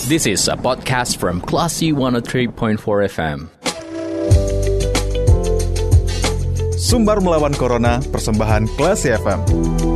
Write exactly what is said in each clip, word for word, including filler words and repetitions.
This is a podcast from Classy one oh three point four F M. Sumbar melawan Corona, persembahan Classy F M.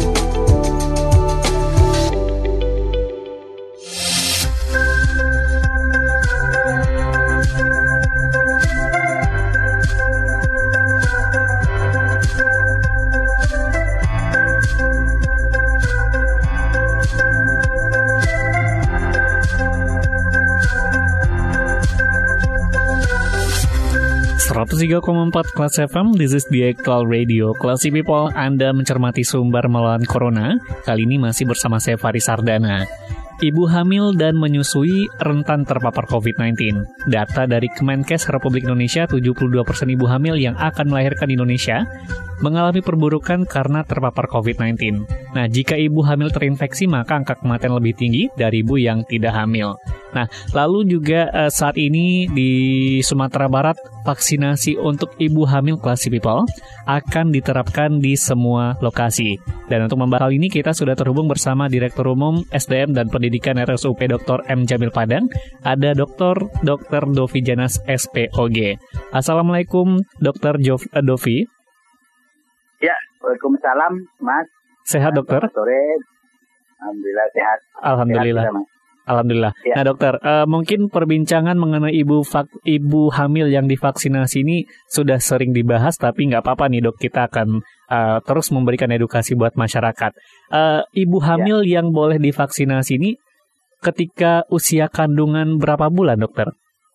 seratus tiga koma empat Classy F M, this is the actual radio. Classy people, Anda mencermati sumber melawan Corona. Kali ini masih bersama saya Faris Sardana. Ibu hamil dan menyusui rentan terpapar covid sembilan belas. Data dari Kemenkes Republik Indonesia, tujuh puluh dua persen ibu hamil yang akan melahirkan di Indonesia mengalami perburukan karena terpapar covid sembilan belas. Nah, jika ibu hamil terinfeksi, maka angka kematian lebih tinggi dari ibu yang tidak hamil. Nah, lalu juga uh, saat ini di Sumatera Barat, vaksinasi untuk ibu hamil Classy People akan diterapkan di semua lokasi. Dan untuk membahas hal ini, kita sudah terhubung bersama Direktur Umum S D M dan Pendidikan R S U P Doktor M. Jamil Padang. Ada Doktor Dokter Dovi Janas S P O G. Assalamualaikum Dokter Jov- uh, Dovi. Ya, Waalaikumsalam Mas. Sehat Dokter? Selamat sore. Alhamdulillah sehat. Alhamdulillah. Sehat, Mas. Alhamdulillah. Ya. Nah dokter, uh, mungkin perbincangan mengenai ibu vak- ibu hamil yang divaksinasi ini sudah sering dibahas, tapi nggak apa-apa nih dok, kita akan uh, terus memberikan edukasi buat masyarakat. Uh, ibu hamil ya. yang boleh divaksinasi ini ketika usia kandungan berapa bulan dokter?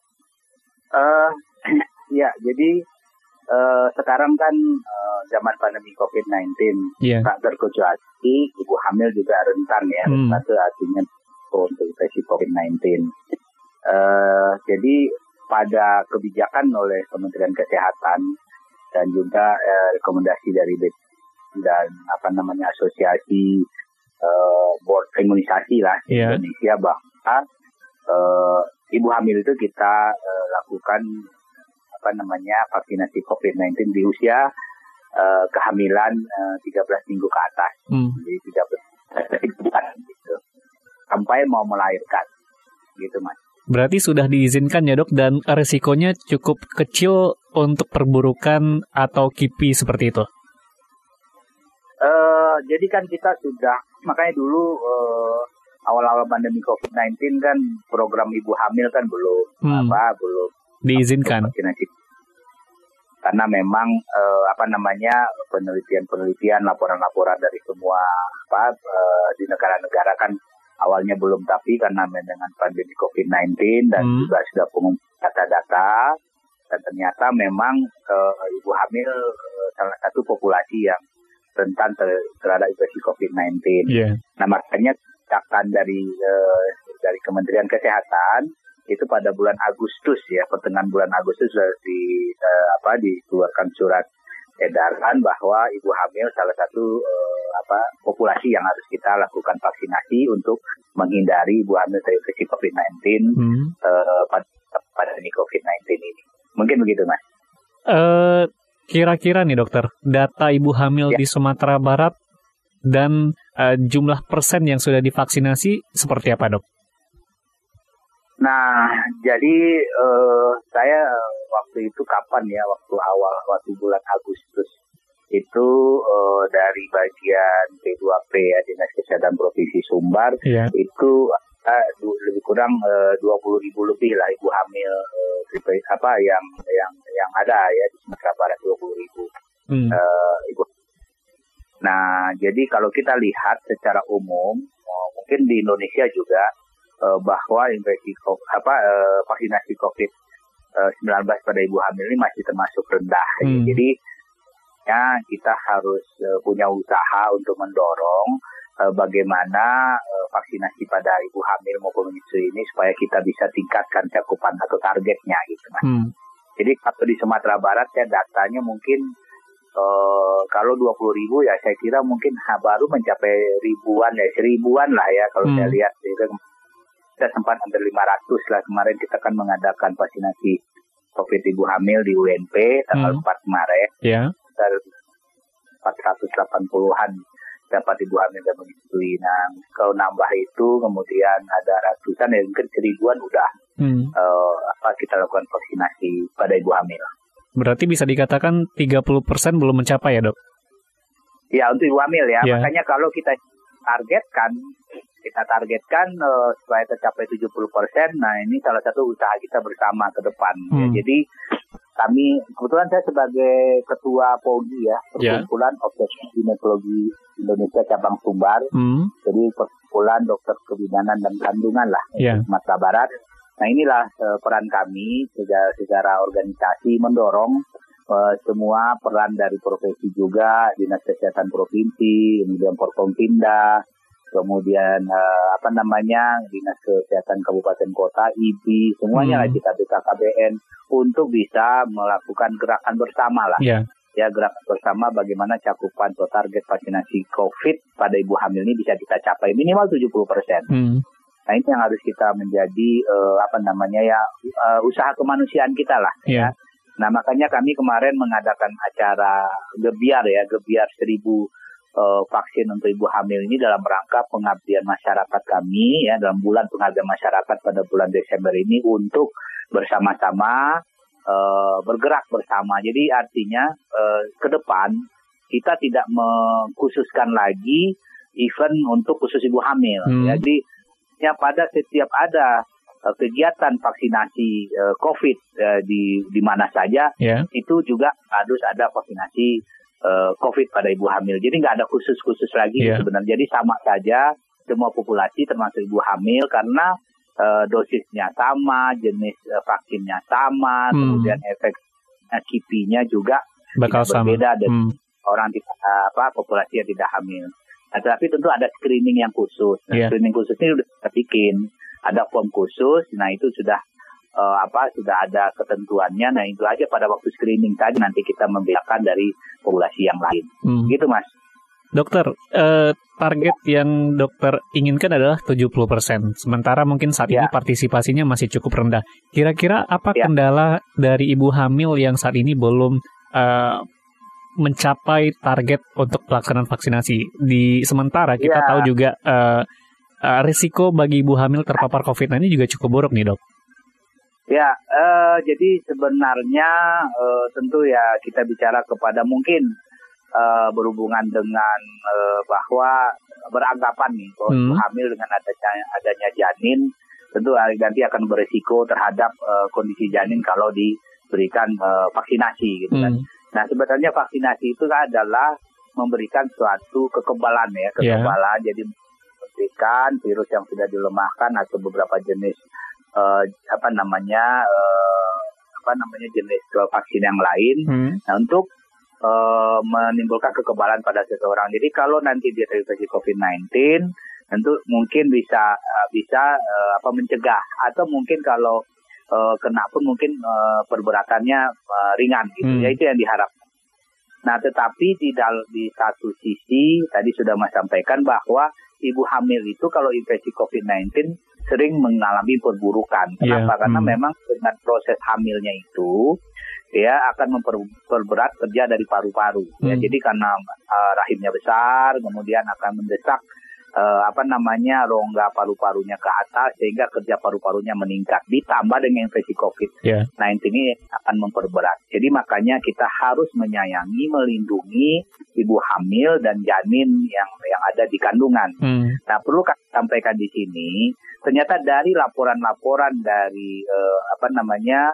Uh, ya, jadi uh, sekarang kan uh, zaman pandemi covid sembilan belas, yeah. tak terkecuali ibu hamil juga rentan ya, hmm. satu artinya untuk infeksi covid sembilan belas. Uh, jadi pada kebijakan oleh Kementerian Kesehatan dan juga uh, rekomendasi dari B P dan apa namanya asosiasi uh, board imunisasi lah di yeah. Indonesia bahwa uh, ibu hamil itu kita uh, lakukan apa namanya vaksinasi covid sembilan belas di usia uh, kehamilan uh, tiga belas minggu ke atas, hmm. jadi tiga belas bulan gitu. Sampai mau melahirkan, gitu Mas. Berarti sudah diizinkan ya dok, dan resikonya cukup kecil untuk perburukan atau K I P I seperti itu? Uh, jadi kan kita sudah, makanya dulu uh, awal-awal pandemi covid sembilan belas kan program ibu hamil kan belum, hmm. apa, belum diizinkan. Vaksinasi. Karena memang uh, apa namanya penelitian-penelitian, laporan-laporan dari semua apa uh, di negara-negara kan awalnya belum, tapi karena dengan pandemi covid sembilan belas dan hmm. juga sudah pengumpulan data-data, dan ternyata memang uh, ibu hamil uh, salah satu populasi yang rentan ter- terhadap infeksi covid sembilan belas. Yeah. Nah, makanya akan dari uh, dari Kementerian Kesehatan itu pada bulan Agustus ya, pertengahan bulan Agustus sudah di uh, apa dikeluarkan surat edaran bahwa ibu hamil salah satu uh, apa populasi yang harus kita lakukan vaksinasi untuk menghindari ibu hamil terinfeksi covid sembilan belas hmm. uh, pada pandemi covid sembilan belas ini. Mungkin begitu Mas. Uh, kira-kira nih dokter, data ibu hamil ya. di Sumatera Barat dan uh, jumlah persen yang sudah divaksinasi seperti apa dok? Nah, jadi uh, saya waktu itu kapan ya, waktu awal, waktu bulan Agustus itu uh, dari bagian P dua P ya, Dinas Kesehatan Provinsi Sumbar, yeah. itu uh, lebih kurang uh, dua puluh ribu lebih lah ibu hamil uh, apa yang yang yang ada ya di Sumatera Barat, dua puluh ribu hmm. uh, ibu. Nah, jadi kalau kita lihat secara umum, uh, mungkin di Indonesia juga Uh, bahwa infeksi apa uh, vaksinasi covid sembilan belas pada ibu hamil ini masih termasuk rendah. Hmm. Jadi ya kita harus uh, punya usaha untuk mendorong uh, bagaimana uh, vaksinasi pada ibu hamil maupun menyusui ini supaya kita bisa tingkatkan cakupan atau targetnya gitu Mas. Hmm. Jadi kalau di Sumatera Barat ya datanya mungkin uh, kalau dua puluh ribu ya saya kira mungkin ha, baru mencapai ribuan ya, seribuan lah ya kalau hmm. saya lihat itu. Kita sempat hampir lima ratus lah kemarin kita kan mengadakan vaksinasi COVID ibu hamil di U N P tanggal hmm. empat Maret. Yeah. empat ratus delapan puluhan dapat ibu hamil dan menyusui. Nah, kalau nambah itu kemudian ada ratusan ya mungkin seribuan udah hmm. uh, apa kita lakukan vaksinasi pada ibu hamil. Berarti bisa dikatakan tiga puluh persen belum mencapai ya, Dok? Ya, untuk ibu hamil ya. Yeah. Makanya kalau kita targetkan kita targetkan uh, supaya tercapai tujuh puluh persen. Nah, ini salah satu usaha kita bersama ke depan. Hmm. Ya, jadi kami, kebetulan saya sebagai ketua P O G I ya, Perkumpulan yeah. Obstetrik Ginekologi Indonesia Cabang Sumbar. Mm. Jadi perkumpulan dokter kebidanan dan kandungan lah, yeah. Sumatera Barat. Nah inilah uh, peran kami secara, secara organisasi mendorong uh, semua peran dari profesi juga, Dinas Kesehatan Provinsi, kemudian Forkompinda, kemudian uh, apa namanya Dinas Kesehatan Kabupaten Kota, I P I, semuanya lah hmm. kita B K K B N untuk bisa melakukan gerakan bersama lah. Yeah. Ya, gerakan bersama bagaimana cakupan atau target vaksinasi COVID pada ibu hamil ini bisa kita capai minimal tujuh puluh persen. Hmm. Nah, ini yang harus kita menjadi uh, apa namanya ya uh, usaha kemanusiaan kita lah. Yeah. Ya. Nah, makanya kami kemarin mengadakan acara Gebiar ya, Gebiar seribu uh, vaksin untuk ibu hamil ini dalam rangka pengabdian masyarakat kami ya, dalam bulan pengabdian masyarakat pada bulan Desember ini untuk bersama-sama uh, bergerak bersama. Jadi artinya uh, ke depan kita tidak mengkhususkan lagi event untuk khusus ibu hamil. Hmm. Jadi ya pada setiap ada uh, kegiatan vaksinasi uh, COVID uh, di di mana saja, yeah. itu juga harus ada vaksinasi uh, COVID pada ibu hamil. Jadi nggak ada khusus-khusus lagi yeah. sebenarnya. Jadi sama saja semua populasi termasuk ibu hamil karena Uh, dosisnya sama, jenis uh, vaksinnya sama, hmm. kemudian efek uh, kipinya juga bakal tidak berbeda sama. Dan hmm. orang tidak uh, apa populasi yang tidak hamil. Nah, tetapi tentu ada screening yang khusus. Nah, yeah. Screening khusus ini sudah kita bikin, ada form khusus. Nah itu sudah uh, apa sudah ada ketentuannya. Nah itu aja pada waktu screening tadi nanti kita membedakan dari populasi yang lain. Hmm. Gitu Mas. Dokter, eh, target yang dokter inginkan adalah tujuh puluh persen. Sementara mungkin saat ya. ini partisipasinya masih cukup rendah. Kira-kira apa ya. kendala dari ibu hamil yang saat ini belum eh, mencapai target untuk pelaksanaan vaksinasi? Di sementara kita ya. tahu juga eh, eh, risiko bagi ibu hamil terpapar covid sembilan belas juga cukup buruk nih, Dok. Ya, eh, jadi sebenarnya eh, tentu ya kita bicara kepada mungkin Uh, berhubungan dengan uh, bahwa beranggapan nih bahwa hmm. hamil dengan adanya, adanya janin tentu nanti akan beresiko terhadap uh, kondisi janin kalau diberikan uh, vaksinasi gitu kan. Hmm. Nah sebenarnya vaksinasi itu adalah memberikan suatu kekebalan ya kekebalan yeah. Jadi memberikan virus yang sudah dilemahkan atau beberapa jenis uh, apa namanya uh, apa namanya jenis vaksin yang lain. Hmm. Nah untuk Uh, menimbulkan kekebalan pada seseorang. Jadi kalau nanti dia terinfeksi covid sembilan belas, tentu mungkin bisa uh, bisa uh, apa mencegah atau mungkin kalau uh, kena pun mungkin uh, perberatannya uh, ringan gitu. Hmm. Ya itu yang diharapkan. Nah, tetapi di dal- di satu sisi tadi sudah Mas sampaikan bahwa ibu hamil itu kalau infeksi covid sembilan belas sering mengalami perburukan. Kenapa? Yeah. Karena hmm. memang dengan proses hamilnya itu ya akan memperberat kerja dari paru-paru. Hmm. Ya, jadi karena uh, rahimnya besar, kemudian akan mendesak uh, apa namanya rongga paru-parunya ke atas sehingga kerja paru-parunya meningkat. Ditambah dengan infeksi covid sembilan belas yeah. ini akan memperberat. Jadi makanya kita harus menyayangi, melindungi ibu hamil dan janin yang yang ada di kandungan. Hmm. Nah perlu kami sampaikan di sini, ternyata dari laporan-laporan dari uh, apa namanya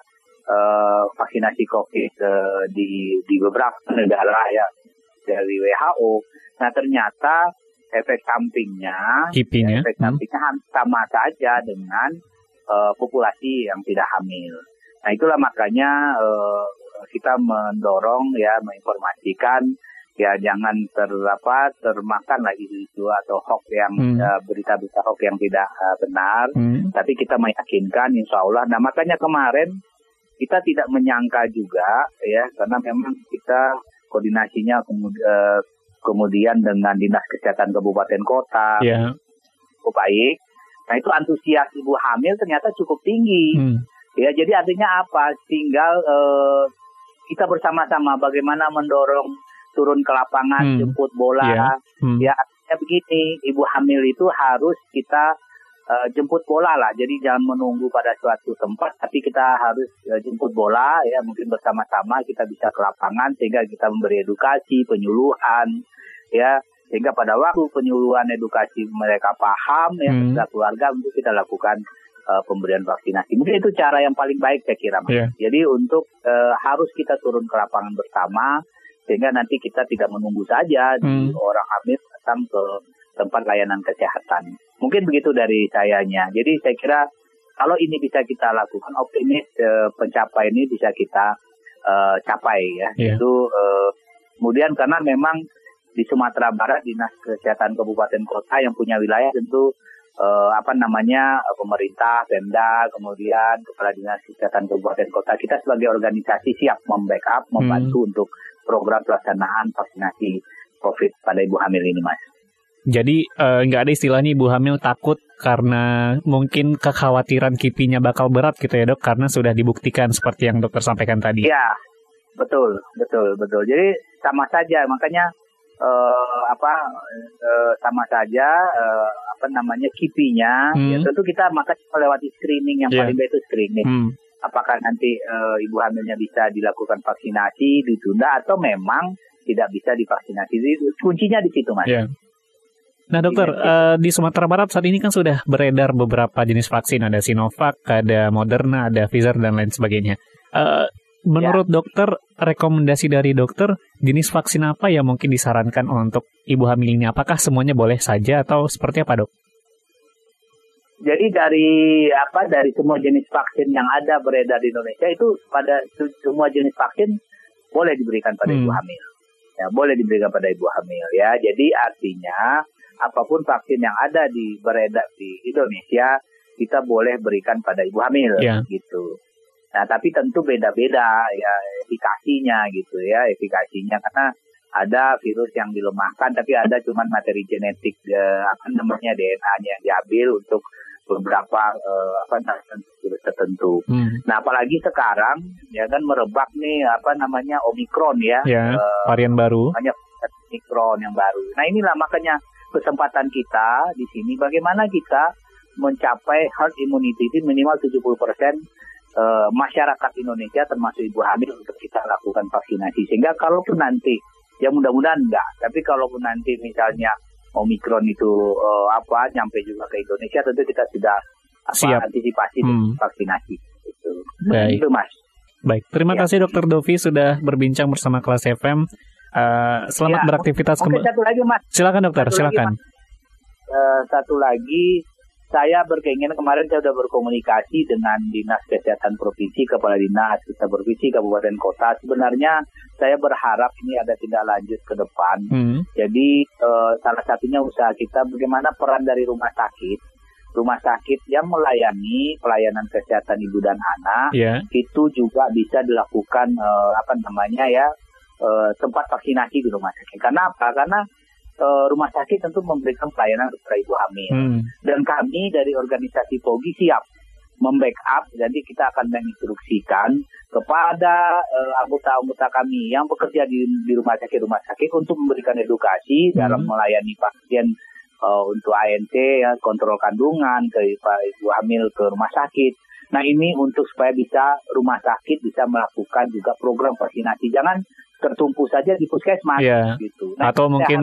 Uh, vaksinasi COVID uh, di di beberapa negara ya dari W H O. Nah ternyata efek sampingnya, Kipinya. efek sampingnya hmm. sama saja dengan uh, populasi yang tidak hamil. Nah itulah makanya uh, kita mendorong ya menginformasikan ya jangan terapa termakan lagi isu atau hoax yang hmm. uh, berita-berita hoax yang tidak uh, benar. Hmm. Tapi kita meyakinkan Insya Allah. Nah makanya kemarin kita tidak menyangka juga ya karena memang kita koordinasinya kemud- uh, kemudian dengan Dinas Kesehatan Kabupaten Kota yeah. cukup baik. Nah itu antusias ibu hamil ternyata cukup tinggi. Hmm. Ya jadi artinya apa? Tinggal uh, kita bersama-sama bagaimana mendorong turun ke lapangan, hmm. jemput bola. Yeah. Hmm. Ya, artinya begini, ibu hamil itu harus kita uh, jemput bola lah. Jadi jangan menunggu pada suatu tempat, tapi kita harus uh, jemput bola, ya mungkin bersama-sama kita bisa ke lapangan sehingga kita memberi edukasi, penyuluhan, ya sehingga pada waktu penyuluhan edukasi mereka paham, ya hmm. setelah keluarga untuk kita lakukan uh, pemberian vaksinasi. Mungkin itu cara yang paling baik saya kira, Mas. Yeah. Jadi untuk uh, harus kita turun ke lapangan bersama sehingga nanti kita tidak menunggu saja hmm. di orang hamil datang ke tempat layanan kesehatan. Mungkin begitu dari sayanya. Jadi saya kira kalau ini bisa kita lakukan, optimis uh, pencapaian ini bisa kita uh, capai ya. Yeah. Itu uh, kemudian karena memang di Sumatera Barat Dinas Kesehatan Kabupaten Kota yang punya wilayah tentu uh, apa namanya pemerintah, Pemda, kemudian Kepala Dinas Kesehatan Kabupaten Kota, kita sebagai organisasi siap membackup, membantu hmm. untuk program pelaksanaan vaksinasi COVID pada ibu hamil ini, Mas. Jadi nggak uh, ada istilahnya ibu hamil takut karena mungkin kekhawatiran kipinya bakal berat gitu ya dok, karena sudah dibuktikan seperti yang dokter sampaikan tadi. Iya, betul, betul, betul. Jadi sama saja, makanya uh, apa uh, sama saja uh, apa namanya kipinya. Hmm. Ya, tentu kita makanya melewati screening yang yeah. paling baik itu screening. Hmm. Apakah nanti uh, ibu hamilnya bisa dilakukan vaksinasi, ditunda, atau memang tidak bisa divaksinasi. Kuncinya di situ, Mas. Yeah. Nah, dokter, uh, di Sumatera Barat saat ini kan sudah beredar beberapa jenis vaksin. Ada Sinovac, ada Moderna, ada Pfizer, dan lain sebagainya. Uh, menurut yeah. dokter, rekomendasi dari dokter, jenis vaksin apa yang mungkin disarankan untuk ibu hamil ini? Apakah semuanya boleh saja atau seperti apa, dok? Jadi dari apa dari semua jenis vaksin yang ada beredar di Indonesia itu pada semua jenis vaksin boleh diberikan pada hmm. ibu hamil. Ya, boleh diberikan pada ibu hamil ya. Jadi artinya apapun vaksin yang ada di beredar di Indonesia kita boleh berikan pada ibu hamil yeah. gitu. Nah, tapi tentu beda-beda ya efikasinya gitu ya, efikasinya karena ada virus yang dilemahkan tapi ada cuma materi genetik eh, apa namanya D N A-nya yang diambil untuk beberapa uh, apa virus tertentu. Hmm. Nah, apalagi sekarang ya kan merebak nih apa namanya Omikron ya, ya uh, varian baru. Banyak Omikron yang baru. Nah, inilah makanya kesempatan kita di sini bagaimana kita mencapai herd immunity minimal tujuh puluh persen uh, masyarakat Indonesia termasuk ibu hamil untuk kita lakukan vaksinasi. Sehingga kalaupun nanti ya mudah-mudahan enggak, tapi kalaupun nanti misalnya Omikron itu uh, apa nyampe juga ke Indonesia, tentu kita sudah apa, siap antisipasi hmm. vaksinasi itu. Baik. Itu, Mas. Baik, terima ya. kasih Dokter Dovi sudah berbincang bersama Kelas F M. Uh, selamat ya, beraktivitas kembali. Satu lagi, Mas. Silakan dokter, satu silakan. Lagi, uh, satu lagi, saya berkeinginan kemarin saya sudah berkomunikasi dengan Dinas Kesehatan Provinsi, Kepala Dinas Kesehatan Provinsi, Kabupaten Kota. Sebenarnya saya berharap ini ada tindak lanjut ke depan. Hmm. Jadi uh, salah satunya usaha kita bagaimana peran dari rumah sakit, rumah sakit yang melayani pelayanan kesehatan ibu dan anak, yeah. itu juga bisa dilakukan uh, apa namanya ya uh, tempat vaksinasi di rumah sakit. Karena apa? Karena rumah sakit tentu memberikan pelayanan kepada ibu hamil. Hmm. Dan kami dari organisasi P O G I siap membackup, jadi kita akan menginstruksikan kepada uh, anggota-anggota kami yang bekerja di, di rumah sakit-rumah sakit untuk memberikan edukasi hmm. dalam melayani pasien uh, untuk A N T, ya, kontrol kandungan, ke ibu hamil ke rumah sakit. Nah, ini untuk supaya bisa rumah sakit bisa melakukan juga program vaksinasi. Jangan tertumpu saja di puskesmas yeah. gitu. Nah, atau mungkin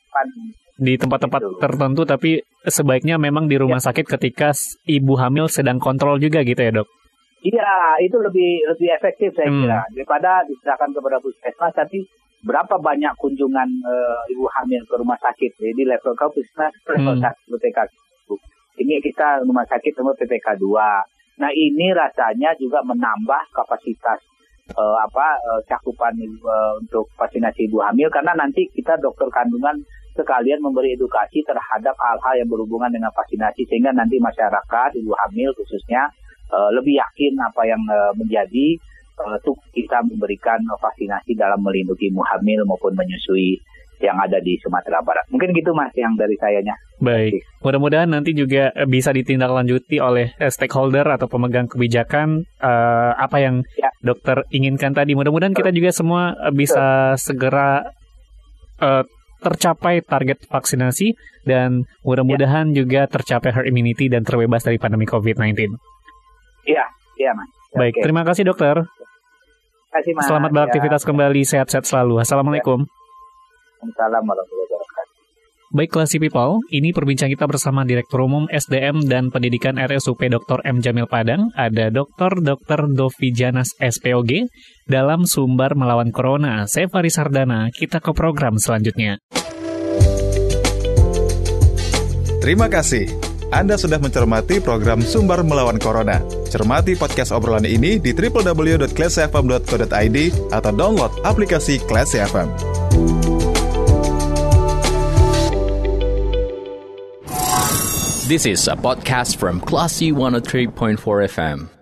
di tempat-tempat gitu. tertentu, tapi sebaiknya memang di rumah yeah. sakit ketika ibu hamil sedang kontrol juga gitu ya, dok? Iya, itu lebih lebih efektif saya hmm. kira daripada diserahkan kepada puskesmas. Tapi berapa banyak kunjungan uh, ibu hamil ke rumah sakit? Jadi level ke puskesmas, level hmm. P P K. Ini kita rumah sakit nomor P P K dua. Nah, ini rasanya juga menambah kapasitas Uh, apa uh, cakupan uh, untuk vaksinasi ibu hamil, karena nanti kita dokter kandungan sekalian memberi edukasi terhadap hal-hal yang berhubungan dengan vaksinasi sehingga nanti masyarakat ibu hamil khususnya uh, lebih yakin apa yang uh, menjadi uh, untuk kita memberikan uh, vaksinasi dalam melindungi ibu hamil maupun menyusui yang ada di Sumatera Barat. Mungkin gitu, Mas, yang dari sayanya. Baik, mudah-mudahan nanti juga bisa ditindaklanjuti oleh stakeholder atau pemegang kebijakan uh, apa yang ya. dokter inginkan tadi. Mudah-mudahan kita juga semua bisa segera uh, tercapai target vaksinasi dan mudah-mudahan ya. juga tercapai herd immunity dan terbebas dari pandemi covid sembilan belas. Iya, iya Mas. Baik, okay. Terima kasih dokter. Terima kasih Mas. Selamat beraktivitas ya. kembali, sehat-sehat selalu. Assalamualaikum. Assalamualaikum warahmatullahi wabarakatuh. Baik, Classy People, ini perbincangan kita bersama Direktur Umum S D M dan Pendidikan R S U P Doktor M. Jamil Padang, ada Doktor Dokter Dovi Janas S P O G, dalam Sumber Melawan Corona. Saya Faris Sardana, kita ke program selanjutnya. Terima kasih. Anda sudah mencermati program Sumber Melawan Corona. Cermati podcast obrolan ini di w w w dot classy f m dot co dot i d atau download aplikasi Classy F M. This is a podcast from Classy one oh three point four F M.